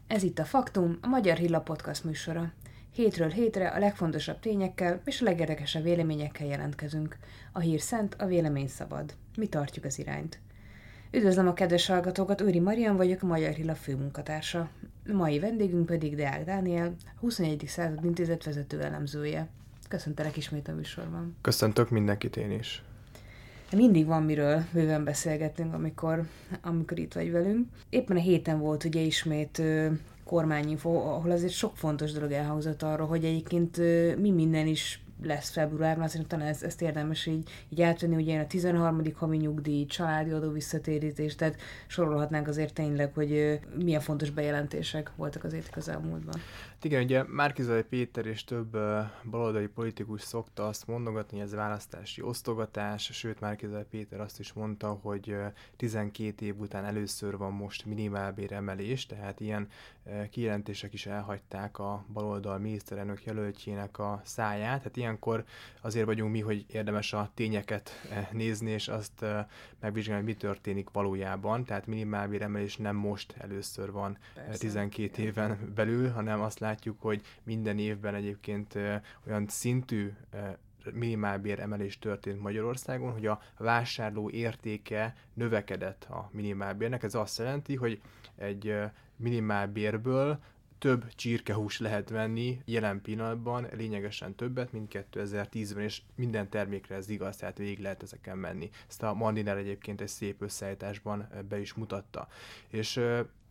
Ez itt a Faktum, a Magyar Hírlap podcast műsora. Hétről hétre a legfontosabb tényekkel és a legérdekesebb véleményekkel jelentkezünk. A hír szent, a vélemény szabad. Mi tartjuk az irányt. Üdvözlöm a kedves hallgatókat, Őri Marian vagyok, a Magyar Hírlap főmunkatársa. A mai vendégünk pedig Deák Dániel, a 21. század intézet vezető elemzője. Köszöntelek ismét a műsorban. Köszöntök mindenkit én is. Mindig van miről bőven beszélgetünk, amikor itt vagy velünk. Éppen a héten volt ugye ismét kormányinfo, ahol azért sok fontos dolog elhangzott arról, hogy egyébként mi minden is lesz februárban, azért talán ezt érdemes így átvenni, ugye a 13. havi nyugdíj, családi adó visszatérítés, tehát sorolhatnánk azért tényleg, hogy milyen fontos bejelentések voltak azért a közelmúltban. Igen, ugye Márki-Zay Péter és több baloldali politikus szokta azt mondogatni, hogy ez választási osztogatás, sőt Márki-Zay Péter azt is mondta, hogy 12 év után először van most minimálbér emelés, tehát ilyen kijelentések is elhagyták a baloldal miniszterelnök jelöltjének a száját, tehát ilyenkor azért vagyunk mi, hogy érdemes a tényeket nézni, és azt megvizsgálni, hogy mi történik valójában, tehát minimálbér emelés nem most először van. Persze. 12 éven belül, hanem azt látjuk, hogy minden évben egyébként olyan szintű minimálbér emelés történt Magyarországon, hogy a vásárló értéke növekedett a minimálbérnek. Ez azt jelenti, hogy egy minimálbérből több csirkehús lehet venni jelen pillanatban, lényegesen többet, mint 2010-ben, és minden termékre ez igaz, tehát végig lehet ezeken menni. Ezt a Mandiner egyébként egy szép összeállításban be is mutatta. És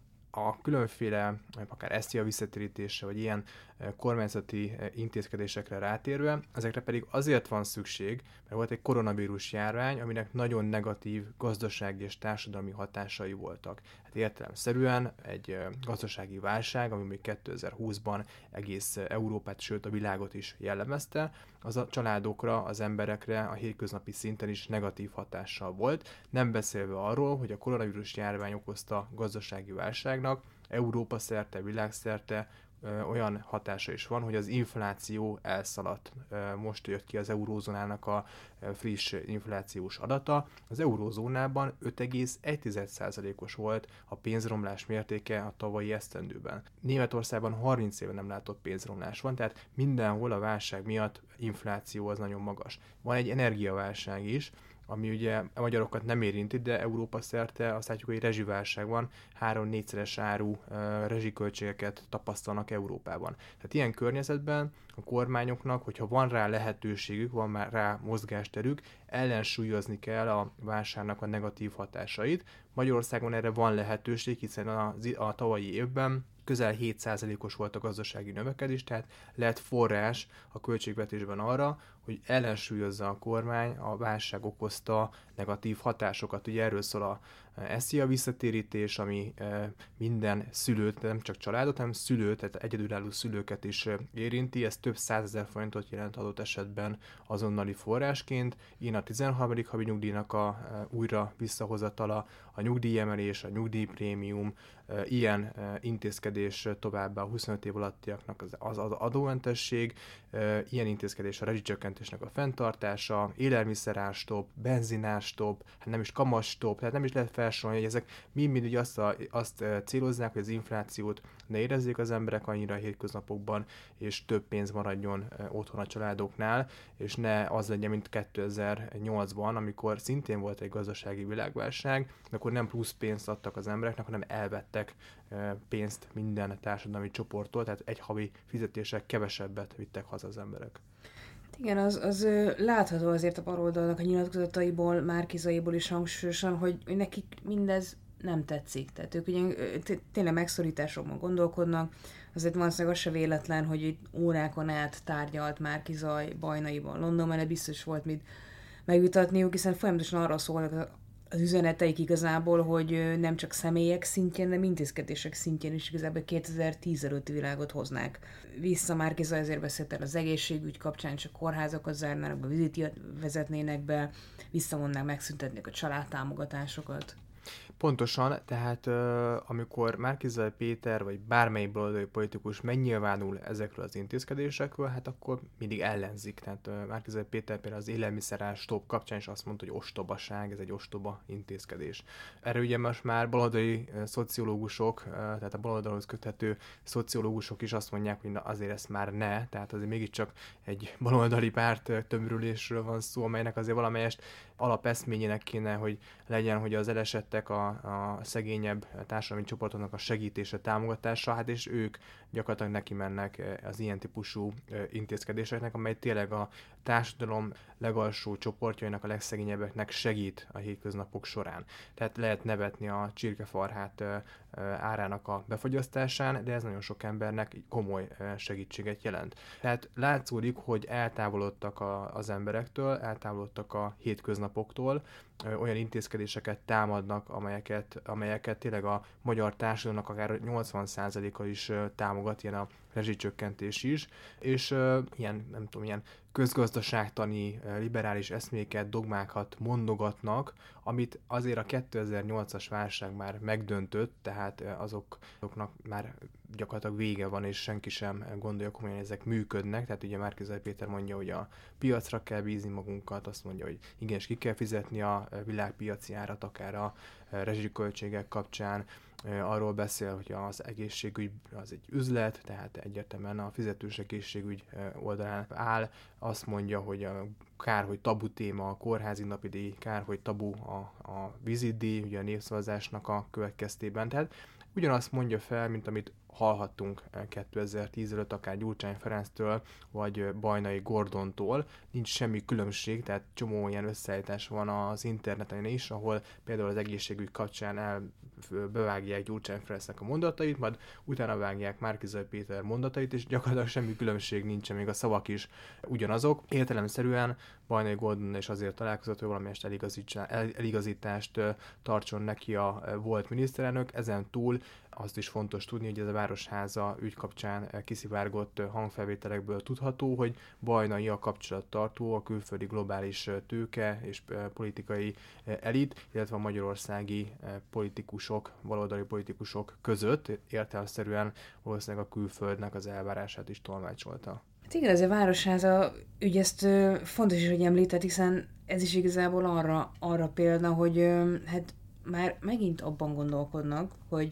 a különféle, akár SZIA visszatérítése, vagy ilyen kormányzati intézkedésekre rátérve, ezekre pedig azért van szükség, mert volt egy koronavírus járvány, aminek nagyon negatív gazdasági és társadalmi hatásai voltak. Hát értelemszerűen egy gazdasági válság, ami még 2020-ban egész Európát, sőt a világot is jellemezte, az a családokra, az emberekre a hétköznapi szinten is negatív hatással volt, nem beszélve arról, hogy a koronavírus járvány okozta gazdasági válságnak Európa szerte, világszerte olyan hatása is van, hogy az infláció elszaladt. Most jött ki az eurózónának a friss inflációs adata. Az eurózónában 5,1%-os volt a pénzromlás mértéke a tavalyi esztendőben. Németországban 30 éve nem látott pénzromlás van, tehát mindenhol a válság miatt infláció az nagyon magas. Van egy energiaválság is, ami ugye a magyarokat nem érinti, de Európa szerte azt látjuk, hogy rezsiválság van, 3-4-szeres áru rezsiköltségeket tapasztalnak Európában. Tehát ilyen környezetben a kormányoknak, hogyha van rá lehetőségük, van már rá mozgásterük, ellensúlyozni kell a válságnak a negatív hatásait. Magyarországon erre van lehetőség, hiszen a tavalyi évben közel 7%-os volt a gazdasági növekedés, tehát lehet forrás a költségvetésben arra, hogy ellensúlyozza a kormány a válság okozta negatív hatásokat. Ugye erről szól a SZIA visszatérítés, ami minden szülőt, nem csak családot, hanem szülőt, tehát egyedülálló szülőket is érinti. Ez több 100 000 forintot jelent adott esetben azonnali forrásként. Ilyen a 13. havi nyugdíjnak a újra visszahozatala, a nyugdíjemelés, a nyugdíjprémium, ilyen intézkedés továbbá a 25 év alattiaknak az adómentesség, ilyen intézkedés a rezsicsökkentésnek a fenntartása, élelmiszerárstop, benzinárstop, nem is kamatstop, tehát nem is lehet felsorolni, hogy ezek mind azt célozzák, hogy az inflációt ne érezzék az emberek annyira a hétköznapokban, és több pénz maradjon otthon a családoknál, és ne az legyen, mint 2008-ban, amikor szintén volt egy gazdasági világválság, de akkor nem plusz pénzt adtak az embereknek, hanem elvettek pénzt minden társadalmi csoporttól, tehát egy havi fizetések kevesebbet vittek haza az emberek. Igen, az látható azért a baloldalnak a nyilatkozataiból, Márki-Zayból is hangsúlyosan, hogy nekik mindez nem tetszik. Tehát ők ugye tényleg megszorításokban gondolkodnak, azért valószínűleg az se véletlen, hogy itt órákon át tárgyalt Márki-Zay Bajnaiban, London mellett biztos volt mit megvitatniuk, hiszen folyamatosan arról szólnak az üzeneteik igazából, hogy nem csak személyek szintjén, hanem intézkedések szintjén is igazából 2010 előtti világot hoznák vissza. Márki-Zay azért beszélt el az egészségügy kapcsán, csak kórházakat zárnának be, vizitet vezetnének be, visszavonnák, megszüntetnék a családtámogatásokat. Pontosan, tehát amikor Márki-Zay Péter vagy bármelyik baloldali politikus megnyilvánul ezekről az intézkedésekről, hát akkor mindig ellenzik. Tehát Márki-Zay Péter például az élelmiszerás stop kapcsán is azt mondta, hogy ostobaság, ez egy ostoba intézkedés. Erre ugye most már baloldali szociológusok, tehát a baloldalhoz köthető szociológusok is azt mondják, hogy na, azért ezt már ne, tehát azért mégiscsak egy baloldali párt tömörülésről van szó, amelynek azért valamelyest alapeszményének kéne, hogy legyen, hogy az elesettek a szegényebb társadalmi csoportoknak a segítése, támogatása, hát és ők gyakorlatilag neki mennek az ilyen típusú intézkedéseknek, amely tényleg a társadalom legalsó csoportjainak, a legszegényebbeknek segít a hétköznapok során. Tehát lehet nevetni a csirkefarhát árának a befogyasztásán, de ez nagyon sok embernek komoly segítséget jelent. Tehát látszódik, hogy eltávolodtak az emberektől, eltávolodtak a hétköznapoktól, olyan intézkedéseket támadnak, amelyeket tényleg a magyar társadalomnak akár 80%-a is támogat, ilyen a rezsicsökkentés is, és ilyen közgazdaságtani, liberális eszméket, dogmákat mondogatnak, amit azért a 2008-as válság már megdöntött, tehát azoknak már gyakorlatilag vége van, és senki sem gondolja komolyan, hogy ezek működnek. Tehát ugye Márki-Zay Péter mondja, hogy a piacra kell bízni magunkat, azt mondja, hogy igenis ki kell fizetni a világpiaci árat, akár a rezsiköltségek kapcsán. Arról beszél, hogy az egészségügy az egy üzlet, tehát egyértelműen a fizetős egészségügy oldalán áll. Azt mondja, hogy kár, hogy tabu téma a kórházi napidíj, kár, hogy tabu a vizitdíj, ugye a népszavazásnak a következtében. Tehát ugyanazt mondja fel, mint amit hallhattunk 2010 előtt, akár Gyurcsány Ferenctől, vagy Bajnai Gordontól. Nincs semmi különbség, tehát csomó ilyen összeállítás van az interneten is, ahol például az egészségügy kapcsán bevágják Gyurcsány Ferencnek a mondatait, majd utána vágják Márki-Zay Péter mondatait, és gyakorlatilag semmi különbség nincsen, még a szavak is ugyanazok. Értelemszerűen Bajnai Gordon is azért találkozott, hogy valamelyest eligazítást tartson neki a volt miniszterelnök. Ezen túl azt is fontos tudni, hogy ez a Városháza ügy kapcsán kiszivárgott hangfelvételekből tudható, hogy Bajnai a kapcsolattartó a külföldi globális tőke és politikai elit, illetve a magyarországi politikusok, baloldali politikusok között értelemszerűen valószínűleg a külföldnek az elvárását is tolmácsolta. Hát igen, ez a Városháza ügy, ezt fontos is, hogy említett, hiszen ez is igazából arra példa, hogy hát már megint abban gondolkodnak, hogy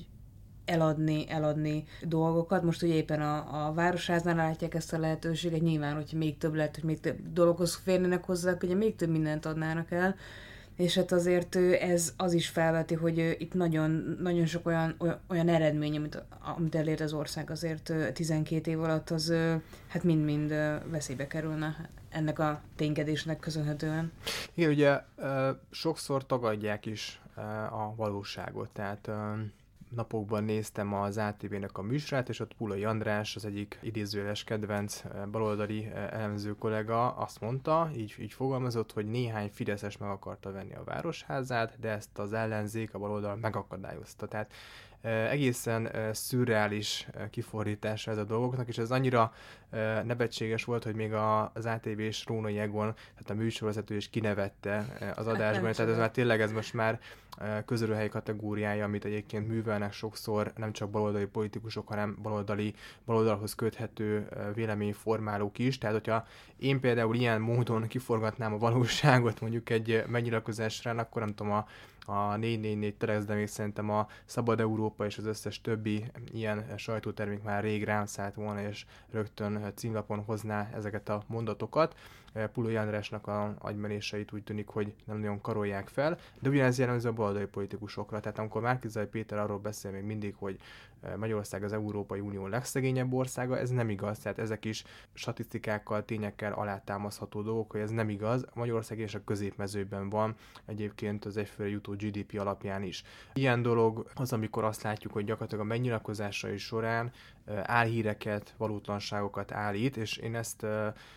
eladni dolgokat. Most ugye éppen a Városháznál látják ezt a lehetőséget, nyilván, hogyha még több lehet, hogy még több dologhoz férnének hozzá, ugye még több mindent adnának el, és hát azért ez az is felveti, hogy itt nagyon, nagyon sok olyan eredmény, amit elért az ország azért 12 év alatt, az hát mind-mind veszélybe kerülne ennek a ténykedésnek köszönhetően. Igen, ugye sokszor tagadják is a valóságot, tehát napokban néztem az ATV-nek a műsorát, és ott Pulai András, az egyik idézőjeles kedvenc baloldali elemző kollega azt mondta, így fogalmazott, hogy néhány fideszes meg akarta venni a Városházát, de ezt az ellenzék, a baloldal megakadályozta. Tehát egészen szürreális kifordítása ez a dolgoknak, és ez annyira nevetséges volt, hogy még az ATV-s Rónai Egon, tehát a műsorvezető is kinevette az adásban, tehát ez már tényleg ez most már közörülhelyi kategóriája, amit egyébként művelnek sokszor nem csak baloldali politikusok, hanem baloldalhoz köthető véleményformálók is. Tehát, hogyha én például ilyen módon kiforgatnám a valóságot mondjuk egy megnyilatkozásra, akkor nem tudom, a 444 Telex, de még szerintem a Szabad Európa és az összes többi ilyen sajtótermék már rég rám szállt volna, és rögtön címlapon hozná ezeket a mondatokat. Pulai Andrásnak a agymenéseit úgy tűnik, hogy nem nagyon karolják fel, de ugyanez jellemző a baloldali politikusokra. Tehát amikor Márki-Zay Péter arról beszél még mindig, hogy Magyarország az Európai Unió legszegényebb országa, ez nem igaz, tehát ezek is statisztikákkal, tényekkel alátámasztható dolgok, hogy ez nem igaz. Magyarország és a középmezőben van egyébként az egyfőre jutó GDP alapján is. Ilyen dolog az, amikor azt látjuk, hogy gyakorlatilag a megnyilatkozásai során álhíreket, valótlanságokat állít, és én ezt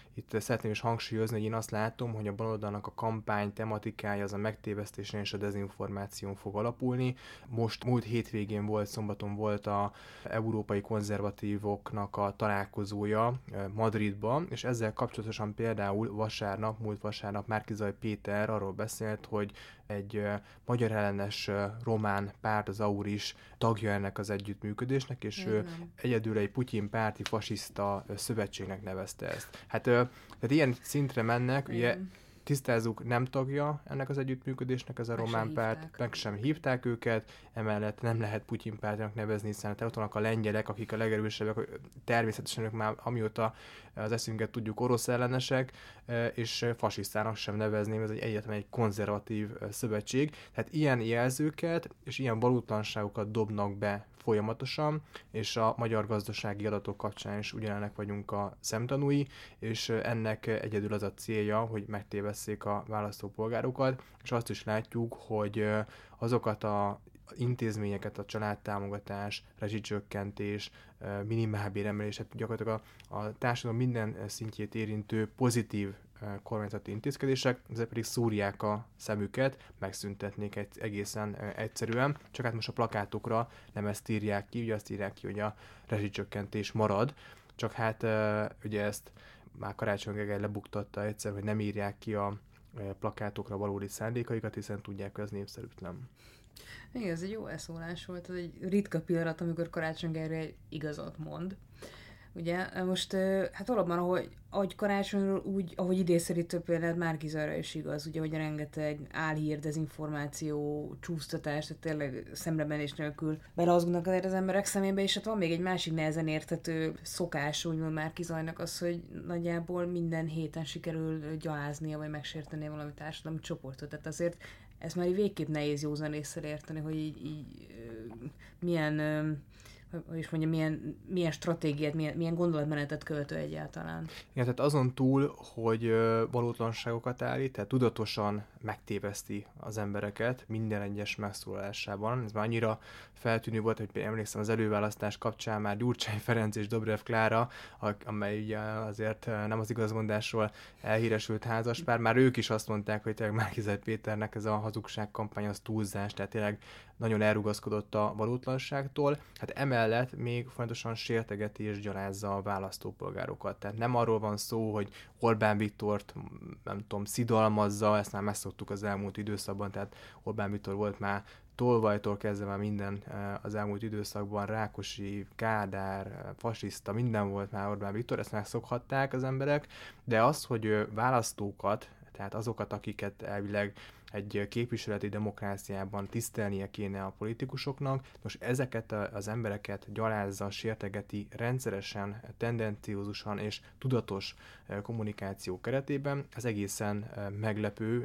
itt szeretném is hangsúlyozni, hogy én azt látom, hogy a baloldalnak a kampány tematikája az a megtévesztésen és a dezinformáción fog alapulni. Most múlt hétvégén volt, szombaton volt a európai konzervatívoknak a találkozója Madridban, és ezzel kapcsolatosan például múlt vasárnap Márki-Zay Péter arról beszélt, hogy egy magyar ellenes román párt, az Auris tagja ennek az együttműködésnek, és ő egyedül egy Putyin párti fasiszta szövetségnek nevezte ezt. Tehát ilyen szintre mennek, ugye tisztázzuk, nem tagja ennek az együttműködésnek ez a román párt, meg sem hívták őket, emellett nem lehet Putyin pártnak nevezni, hiszen ott vannak a lengyelek, akik a legerősebbek, természetesen ők már amióta az eszünket tudjuk orosz ellenesek, és fasisztának sem nevezném, ez egyetlen egy konzervatív szövetség. Tehát ilyen jelzőket és ilyen valótlanságokat dobnak be folyamatosan, és a magyar gazdasági adatok kapcsán is ugyanennek vagyunk a szemtanúi, és ennek egyedül az a célja, hogy megtévesszék a választópolgárokat, és azt is látjuk, hogy azokat a intézményeket, a családtámogatás, rezsicsökkentés, minimálbér emelés, hát gyakorlatilag a társadalom minden szintjét érintő pozitív kormányzati intézkedések, ezek pedig szúrják a szemüket, megszüntetnék egészen egyszerűen, csak hát most a plakátokra nem ezt írják ki, ugye azt írják ki, hogy a rezsicsökkentés marad, csak hát ugye ezt már Karácsony Gergely lebuktatta egyszer, hogy nem írják ki a plakátokra valódi szándékaikat, hiszen tudják, hogy az népszerűtlen. Igen, ez egy jó elszólás volt, ez egy ritka pillanat, amikor Karácsony Gergely igazat mond. Ugye, most hát valóban, ahogy Karácsonyról, úgy, ahogy idézszerítő például Márki-Zayra is igaz, ugye, hogy rengeteg álhír, dezinformáció, csúsztatás, tehát tényleg szemremenés nélkül belehazudnak azért az emberek szemébe, és hát van még egy másik nehezen érthető szokás, úgymond Márki-Zaynak az, hogy nagyjából minden héten sikerül gyaláznia, vagy megsértenie valami társadalmi csoportot, tehát azért ez már így végképp nehéz józan észre érteni, hogy így milyen hogy is mondja, milyen stratégiát, milyen gondolatmenetet követő egyáltalán. Igen, tehát azon túl, hogy valótlanságokat állít, tehát tudatosan megtéveszti az embereket minden egyes megszólalásában. Ez már annyira feltűnő volt, hogy emlékszem az előválasztás kapcsán már Gyurcsány Ferenc és Dobrev Klára, amely ugye azért nem az igazmondásról elhíresült házaspár, már ők is azt mondták, hogy tényleg Márki-Zay Péternek ez a hazugságkampány az túlzás, tehát tényleg nagyon elrugaszkodott a valótlanságtól. Hát emellett még fontosan sértegeti és gyalázza a választópolgárokat. Tehát nem arról van szó, hogy Orbán Viktort, nem tudom, szidalmazza, ezt már megszoktuk az elmúlt időszakban, tehát Orbán Viktor volt már Tolvajtól kezdve már minden az elmúlt időszakban, Rákosi, Kádár, fasiszta, minden volt már Orbán Viktor, ezt megszokhatták az emberek, de az, hogy választókat, tehát azokat, akiket elvileg egy képviseleti demokráciában tisztelnie kéne a politikusoknak. Most ezeket az embereket gyalázza, sértegeti rendszeresen, tendenciózusan és tudatos kommunikáció keretében. Ez egészen meglepő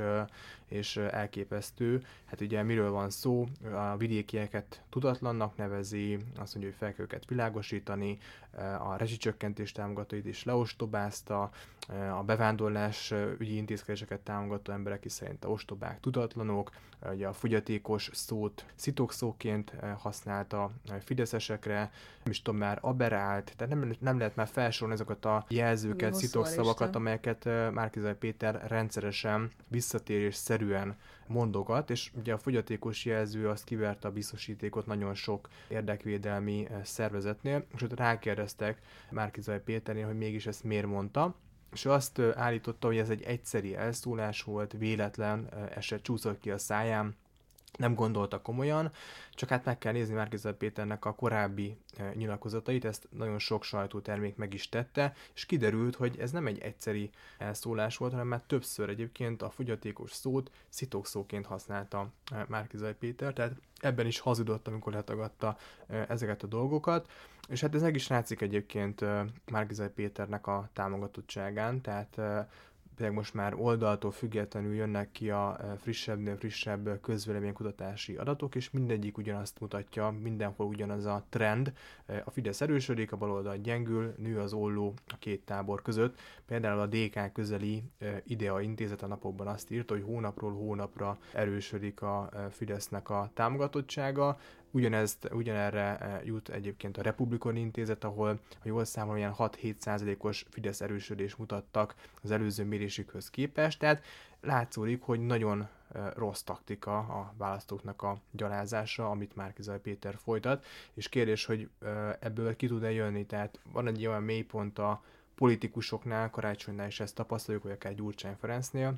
és elképesztő. Hát ugye miről van szó? A vidékieket tudatlannak nevezi, azt mondja, hogy fel kell őket világosítani, a rezsicsökkentés támogatóit is leostobázta, a bevándorlás ügyi intézkedéseket támogató emberek is szerint a ostobák tudatlanok, ugye a fogyatékos szót szitokszóként használta fideszesekre, nem is tudom, már aberrált, tehát nem lehet már felsorolni azokat a jelzőket, szitokszavakat, amelyeket Márki-Zay Péter rendszeresen visszatérésszerűen mondogat, és ugye a fogyatékos jelző azt kiverte a biztosítékot nagyon sok érdekvédelmi szervezetnél, és ott rákérdeztek Márki-Zay Péternél, hogy mégis ezt miért mondta, és ő azt állította, hogy ez egy egyszeri elszólás volt, véletlen eset csúszott ki a száján, nem gondolta komolyan, csak hát meg kell nézni Márki-Zay Péternek a korábbi nyilatkozatait, ezt nagyon sok sajtótermék meg is tette, és kiderült, hogy ez nem egy egyszeri elszólás volt, hanem már többször egyébként a fogyatékos szót szitokszóként használta Márki-Zay Péter, tehát ebben is hazudott, amikor letagadta ezeket a dolgokat, és hát ez meg is látszik egyébként Márki-Zay Péternek a támogatottságán, tehát például most már oldaltól függetlenül jönnek ki a frissebb közvéleménykutatási adatok, és mindegyik ugyanazt mutatja, mindenhol ugyanaz a trend. A Fidesz erősödik, a baloldal gyengül, nő az olló a két tábor között. Például a DK közeli IDEA intézet a napokban azt írta, hogy hónapról hónapra erősödik a Fidesznek a támogatottsága. Ugyanerre jut egyébként a Republikon Intézet, ahol, ha jól számolom, ilyen 6-7%-os Fidesz erősödés mutattak az előző mérésükhöz képest, tehát látszódik, hogy nagyon rossz taktika a választóknak a gyalázása, amit Márki-Zay Péter folytat, és kérdés, hogy ebből ki tud-e jönni, tehát van egy olyan mélypont a politikusoknál, Karácsonynál is ezt tapasztaljuk, vagy akár Gyurcsány Ferencnél,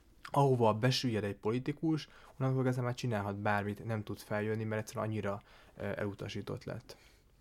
ahova besüllyed egy politikus, onnantól kezdve már csinálhat bármit, nem tud feljönni, mert egyszerűen annyira elutasított lett.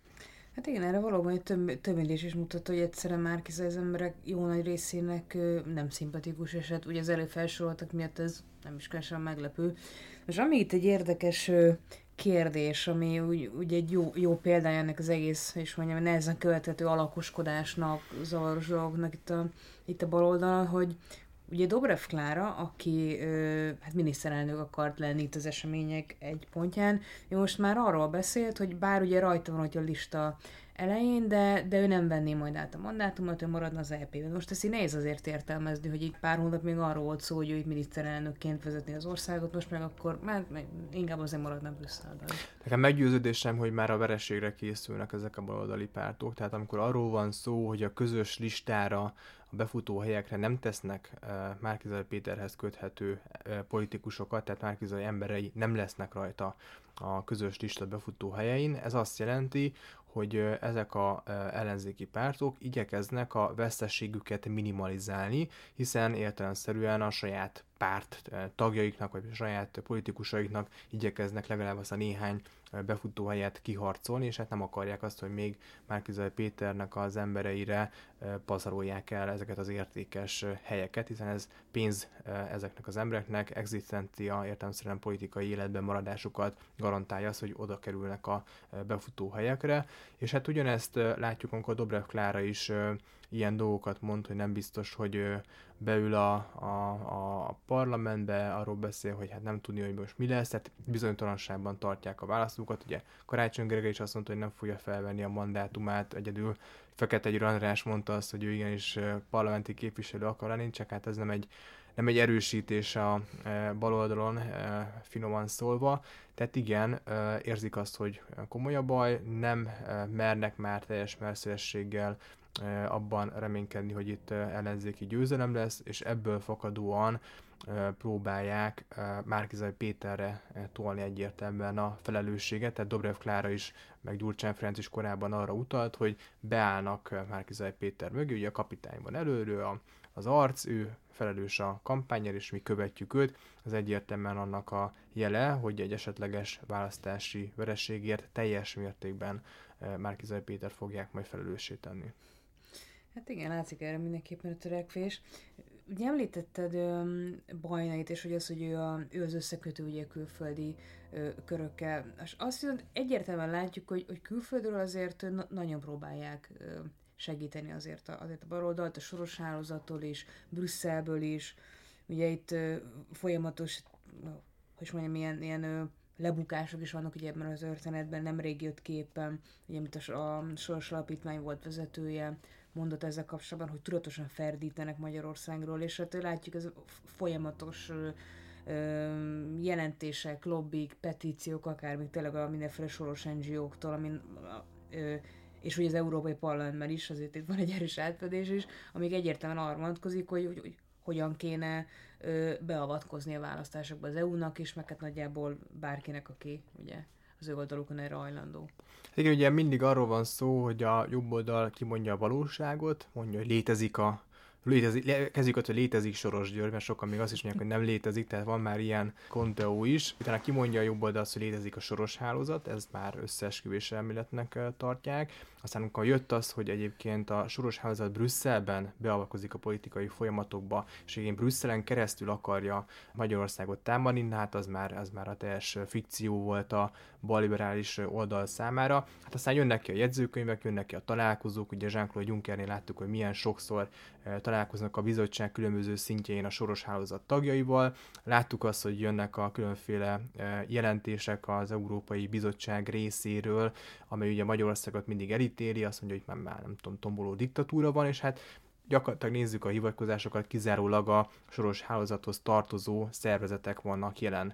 Hát igen, erre valóban egy tömélés is mutatta, hogy egyszerűen Márki-Zay az emberek jó nagy részének nem szimpatikus, és hát ugye az előbb felsoroltak miatt ez nem is különösen meglepő. Most ami itt egy érdekes kérdés, ami úgy egy jó példája ennek az egész, és mondjam, nehezen követhető alakoskodásnak, zavaros dolgoknak itt a baloldalon, hogy ugye Dobrev Klára, aki hát miniszterelnök akart lenni itt az események egy pontján, ő most már arról beszélt, hogy bár ugye rajta van, hogy a lista elején, de ő nem venné majd át a mandátumot, ő maradna az EP-ben. Most ezt így nehéz azért értelmezni, hogy így pár hónap még arról volt szó, hogy ő itt miniszterelnökként vezetni az országot, most meg akkor inkább azért maradna Brüsszelben. Nekem meggyőződésem, hogy már a vereségre készülnek ezek a baloldali pártok, tehát amikor arról van szó, hogy a közös listára, a befutó helyekre nem tesznek Márki-Zay Péterhez köthető politikusokat, tehát Márki-Zay emberei nem lesznek rajta a közös lista befutó helyein. Ez azt jelenti, hogy ezek a ellenzéki pártok igyekeznek a veszteségüket minimalizálni, hiszen értelemszerűen a saját párt tagjaiknak, vagy a saját politikusaiknak igyekeznek legalább azt a néhány befutóhelyet kiharcolni, és hát nem akarják azt, hogy még Márki-Zay Péternek az embereire pazarolják el ezeket az értékes helyeket, hiszen ez pénz ezeknek az embereknek, egzisztencia értelemszerűen politikai életben maradásukat garantálja az, hogy oda kerülnek a befutóhelyekre, és hát ugyanezt látjuk, amikor Dobrev Klára is ilyen dolgokat mond, hogy nem biztos, hogy beül a parlamentbe, arról beszél, hogy hát nem tudni, hogy most mi lesz, tehát bizonytalanságban tartják a választókat. Ugye Karácsony Gergely is azt mondta, hogy nem fogja felvenni a mandátumát, egyedül Fekete Győr András mondta azt, hogy ő igenis parlamenti képviselő akar lenni, csak hát ez nem egy erősítés a baloldalon, finoman szólva. Tehát igen, érzik azt, hogy komoly a baj, nem mernek már teljes merszélességgel abban reménykedni, hogy itt ellenzéki győzelem lesz, és ebből fakadóan próbálják Márki-Zay Péterre tolni egyértelműen a felelősséget, tehát Dobrev Klára is, meg Gyurcsány Ferenc is korábban arra utalt, hogy beállnak Márki-Zay Péter mögé, ugye a kapitány van előről, az arc, ő felelős a kampányért, és mi követjük őt. Ez egyértelműen annak a jele, hogy egy esetleges választási vereségért teljes mértékben Márki-Zay Péter fogják majd felelőssé tenni. Hát igen, látszik erre mindenképpen a törekvés. Ugye említetted Bajnait, és hogy az, hogy ő az összekötő ugye külföldi körökkel. És azt viszont egyértelműen látjuk, hogy külföldről azért nagyon próbálják segíteni azért a baloldalt, a Soros hálózattól is, Brüsszelből is. Ugye itt folyamatos, hogy mondjam, ilyen lebukások is vannak ugye ebben az történetben, nemrég jött ki éppen, ugye, mint a Soros Alapítvány volt vezetője, mondott ezzel kapcsolatban, hogy tudatosan ferdítenek Magyarországról, és hát látjuk, ez folyamatos jelentések, lobbik, petíciók, akár még tényleg a mindenféle Soros NGO-któl, és ugye az Európai Parlamentben is, azért itt van egy erős átfedés is, amíg egyértelműen arra vonatkozik, hogy hogyan kéne beavatkozni a választásokba az EU-nak, és meg hát nagyjából bárkinek, aki ugye az ő oldalukon erre hajlandó. Igen, ugye mindig arról van szó, hogy a jobb oldal kimondja a valóságot, mondja, hogy kezdjük ott, hogy létezik Soros György, mert sokan még azt is mondják, hogy nem létezik, tehát van már ilyen konteó is. Utána kimondja a jobb oldal azt, hogy létezik a Soros hálózat, ezt már összeesküvés elméletnek tartják. Aztán amikor jött az, hogy egyébként a Soros hálózat Brüsszelben beavatkozik a politikai folyamatokba, és igen, Brüsszelen keresztül akarja Magyarországot támadni, hát az már a teljes fikció volt a balliberális oldal számára. Hát aztán jönnek ki a jegyzőkönyvek, jönnek ki a találkozók, ugye Jean-Claude Junckernél láttuk, hogy milyen sokszor találkoznak a bizottság különböző szintjein a Soros hálózat tagjaival. Láttuk azt, hogy jönnek a különféle jelentések az Európai Bizottság részéről, amely ugye Magyarországot mindig elítéli, azt mondja, hogy már nem tudom, tomboló diktatúra van, és hát gyakorlatilag nézzük a hivatkozásokat, kizárólag a Soros hálózathoz tartozó szervezetek vannak jelen.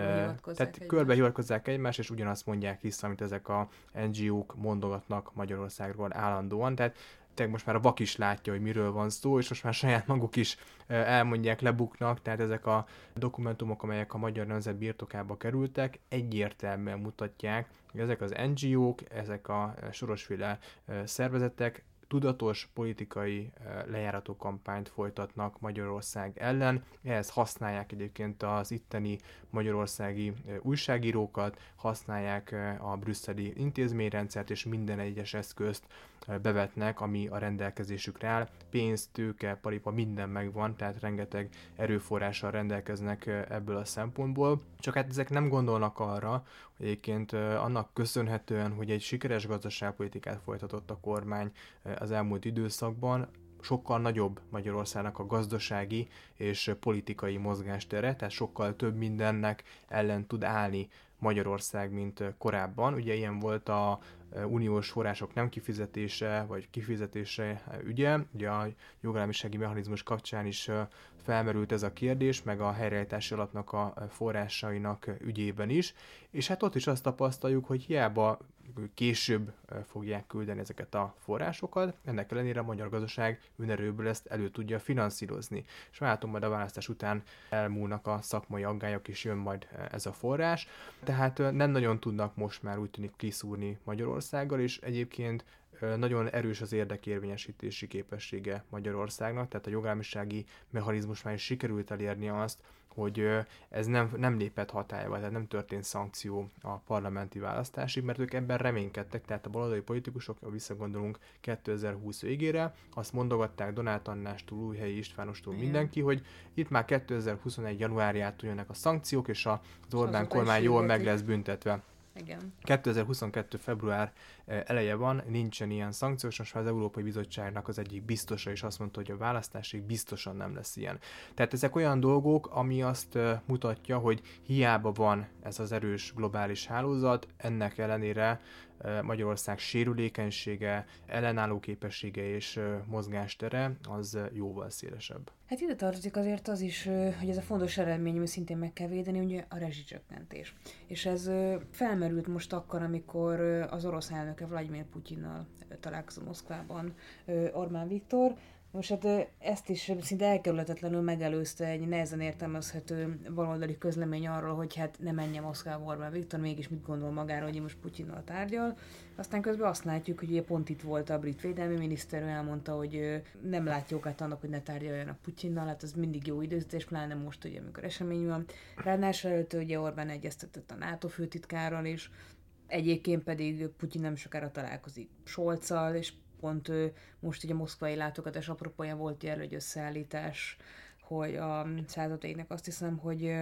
Tehát körbe hivatkozzák egymást, és ugyanazt mondják vissza, amit ezek a NGO-k mondogatnak Magyarországról állandóan. Tehát most már a vak is látja, hogy miről van szó, és most már saját maguk is elmondják, lebuknak, tehát ezek a dokumentumok, amelyek a magyar nemzet birtokába kerültek, egyértelműen mutatják, hogy ezek az NGO-k, ezek a sorosféle szervezetek tudatos politikai lejárató kampányt folytatnak Magyarország ellen. Ehhez használják egyébként az itteni magyarországi újságírókat, használják a brüsszeli intézményrendszert, és minden egyes eszközt bevetnek, ami a rendelkezésükre áll. Pénz, tőke, paripa, minden megvan, tehát rengeteg erőforrással rendelkeznek ebből a szempontból. Csak hát ezek nem gondolnak arra, hogy egyébként annak köszönhetően, hogy egy sikeres gazdaságpolitikát folytatott a kormány az elmúlt időszakban, sokkal nagyobb Magyarországnak a gazdasági és politikai mozgástere, tehát sokkal több mindennek ellen tud állni Magyarország, mint korábban. Ugye ilyen volt a uniós források nem kifizetése, vagy kifizetése ügye. Ugye a jogállamisági mechanizmus kapcsán is felmerült ez a kérdés, meg a helyreállítási alapnak a forrásainak ügyében is. És hát ott is azt tapasztaljuk, hogy hiába később fogják küldeni ezeket a forrásokat, ennek ellenére a magyar gazdaság önerőből ezt elő tudja finanszírozni. És látom, majd a választás után elmúlnak a szakmai aggályok, és jön majd ez a forrás. Tehát nem nagyon tudnak most már úgy tűnik kiszúrni Magyarországgal, és egyébként nagyon erős az érdekérvényesítési képessége Magyarországnak, tehát a jogállamisági mechanizmus már is sikerült elérni azt, hogy ez nem lépett hatályba, tehát nem történt szankció a parlamenti választásig, mert ők ebben reménykedtek, tehát a baloldali politikusok, ha visszagondolunk 2020 végére, azt mondogatták Donát Annástól, Újhelyi Istvánostól mindenki, hogy itt már 2021. januárjától jönnek a szankciók, és az Orbán kormány jól meg lesz büntetve. Igen. 2022. február eleje van, nincsen ilyen szankció, és most már az Európai Bizottságnak az egyik biztosa is azt mondta, hogy a választásig biztosan nem lesz ilyen. Tehát ezek olyan dolgok, ami azt mutatja, hogy hiába van ez az erős globális hálózat, ennek ellenére Magyarország sérülékenysége, ellenálló képessége és mozgástere az jóval szélesebb. Hát ide tartozik azért az is, hogy ez a fontos eredmény, ami szintén meg kell védeni, ugye a rezsicsökkentés. És ez felmerült most akkor, amikor az orosz elnöke Vladimir Putyinnal találkozott Moszkvában Orbán Viktor. Most hát ezt is szinte elkerülhetetlenül megelőzte egy nehezen értelmezhető baloldali közlemény arról, hogy hát ne menjen Moszkvába Orbán Viktor, mégis mit gondol magáról, hogy most Putyinnal tárgyal. Aztán közben azt látjuk, hogy ugye pont itt volt a brit védelmi miniszter, ő elmondta, hogy nem látja okát annak, hogy ne tárgyaljanak Putyinnal, hát ez mindig jó időzítés, pláne most ugye, amikor esemény van. Ráadásul előtt ugye Orbán egyeztetett a NATO főtitkárral is, egyébként pedig Putyin nem sokára találkozik Scholzzal, és pont most ugye a moszkvai látogatás apropóján volt ilyen egy összeállítás, hogy a századéknek azt hiszem, hogy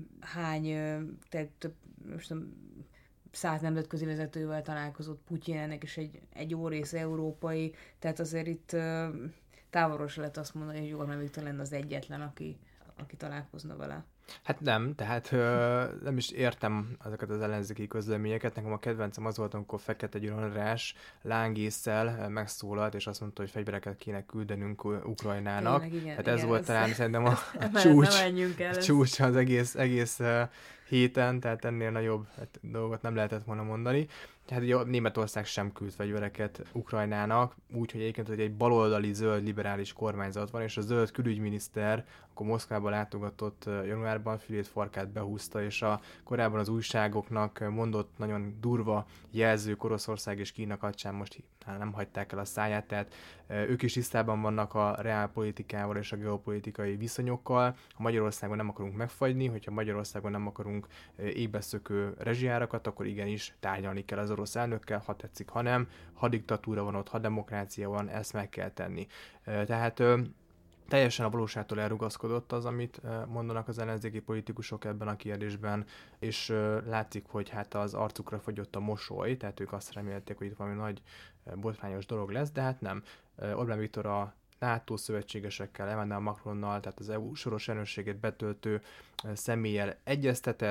hány, több, most nem, 100 nemzetközi vezetővel találkozott Putyin, ennek is egy jó része európai, tehát azért itt távolról se lehet azt mondani, hogy Orbán Viktor lenne az egyetlen, aki találkozna vele. Hát nem, tehát nem is értem ezeket az ellenzéki közleményeket. Nekem a kedvencem az volt, amikor Fekete Győr András lángésszel megszólalt, és azt mondta, hogy fegyvereket kéne küldenünk Ukrajnának. Tényleg, igen, hát ez igen, volt talán szerintem a csúcs az egész héten, tehát ennél nagyobb dolgot nem lehetett volna mondani. Hát ugye Németország sem küld fegyvereket Ukrajnának, úgyhogy egyébként hogy egy baloldali zöld liberális kormányzat van, és a zöld külügyminiszter akkor Moszkvába látogatott januárban, fülét farkát behúzta, és korábban az újságoknak mondott nagyon durva jelzők Oroszország és Kína kapcsán most nem hagyták el a száját, tehát ők is tisztában vannak a reálpolitikával és a geopolitikai viszonyokkal. Ha Magyarországon nem akarunk megfagyni, hogyha Magyarországon nem akarunk égbeszökő rezsijárakat, akkor igenis tárgyalni kell az orosz elnökkel, ha tetszik, ha nem. Ha diktatúra van ott, ha demokrácia van, ezt meg kell tenni. Tehát teljesen a valóságtól elrugaszkodott az, amit mondanak az ellenzéki politikusok ebben a kérdésben, és látszik, hogy hát az arcukra fogyott a mosoly, tehát ők azt remélték, hogy itt valami nagy botrányos dolog lesz, de hát nem. Orbán Viktor a NATO szövetségesekkel, Emmanuel Macronnal, tehát az EU soros elnökségét betöltő személlyel egyeztetett,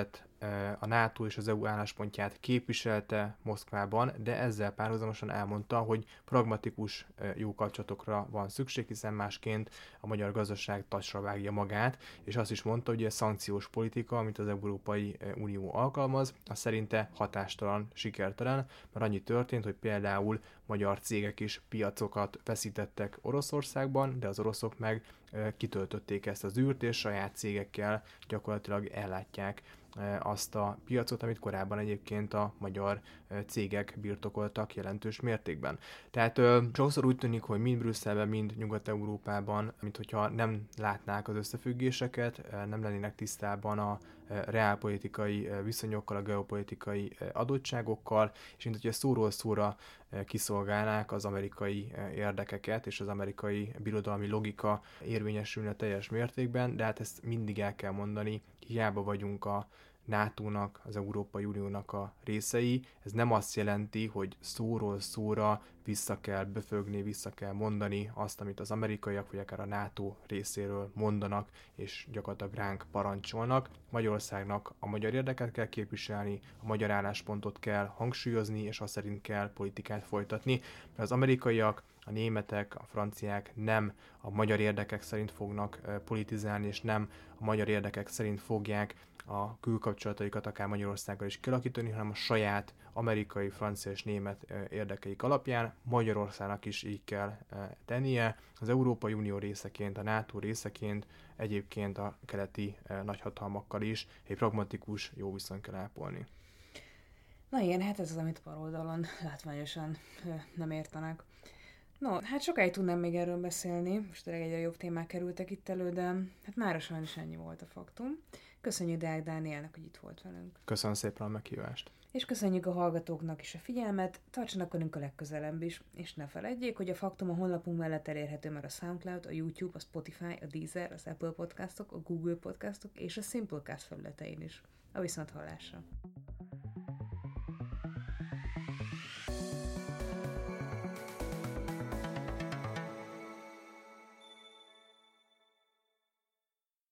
a NATO és az EU álláspontját képviselte Moszkvában, de ezzel párhuzamosan elmondta, hogy pragmatikus jó kapcsolatokra van szükség, hiszen másként a magyar gazdaság tacsra vágja magát, és azt is mondta, hogy a szankciós politika, amit az Európai Unió alkalmaz, az szerinte hatástalan, sikertelen, mert annyi történt, hogy például magyar cégek is piacokat veszítettek Oroszországban, de az oroszok meg kitöltötték ezt az űrt, és saját cégekkel gyakorlatilag ellátják azt a piacot, amit korábban egyébként a magyar cégek birtokoltak jelentős mértékben. Tehát sokszor úgy tűnik, hogy mind Brüsszelben, mind Nyugat-Európában, mint hogyha nem látnák az összefüggéseket, nem lennének tisztában a reálpolitikai viszonyokkal, a geopolitikai adottságokkal, és mint hogyha szóról szóra kiszolgálnák az amerikai érdekeket, és az amerikai birodalmi logika érvényesülne teljes mértékben, de hát ezt mindig el kell mondani, hiába vagyunk a NATO-nak, az Európai Uniónak a részei. Ez nem azt jelenti, hogy szóról szóra vissza kell böfögni, vissza kell mondani azt, amit az amerikaiak, vagy akár a NATO részéről mondanak, és gyakorlatilag ránk parancsolnak. Magyarországnak a magyar érdeket kell képviselni, a magyar álláspontot kell hangsúlyozni, és azt szerint kell politikát folytatni, mert az amerikaiak, a németek, a franciák nem a magyar érdekek szerint fognak politizálni, és nem a magyar érdekek szerint fogják a külkapcsolataikat akár Magyarországgal is kialakítani, hanem a saját amerikai, francia és német érdekeik alapján. Magyarországnak is így kell tennie, az Európai Unió részeként, a NATO részeként, egyébként a keleti nagyhatalmakkal is egy pragmatikus jó viszonyt kell ápolni. Na igen, hát ez az, amit baloldalon látványosan nem értenek. No, hát sokáig tudnám még erről beszélni, most egyre jobb témák kerültek itt elő, de hát mára sajnos ennyi volt a faktum. Köszönjük Deák Dánielnek, hogy itt volt velünk. Köszönöm szépen a meghívást. És köszönjük a hallgatóknak is a figyelmet, tartsanak velünk a legközelebb is, és ne feledjék, hogy a Faktum a honlapunk mellett elérhető már a SoundCloud, a YouTube, a Spotify, a Deezer, az Apple Podcastok, a Google Podcastok és a Simplecast felületein is. A viszonthallásra!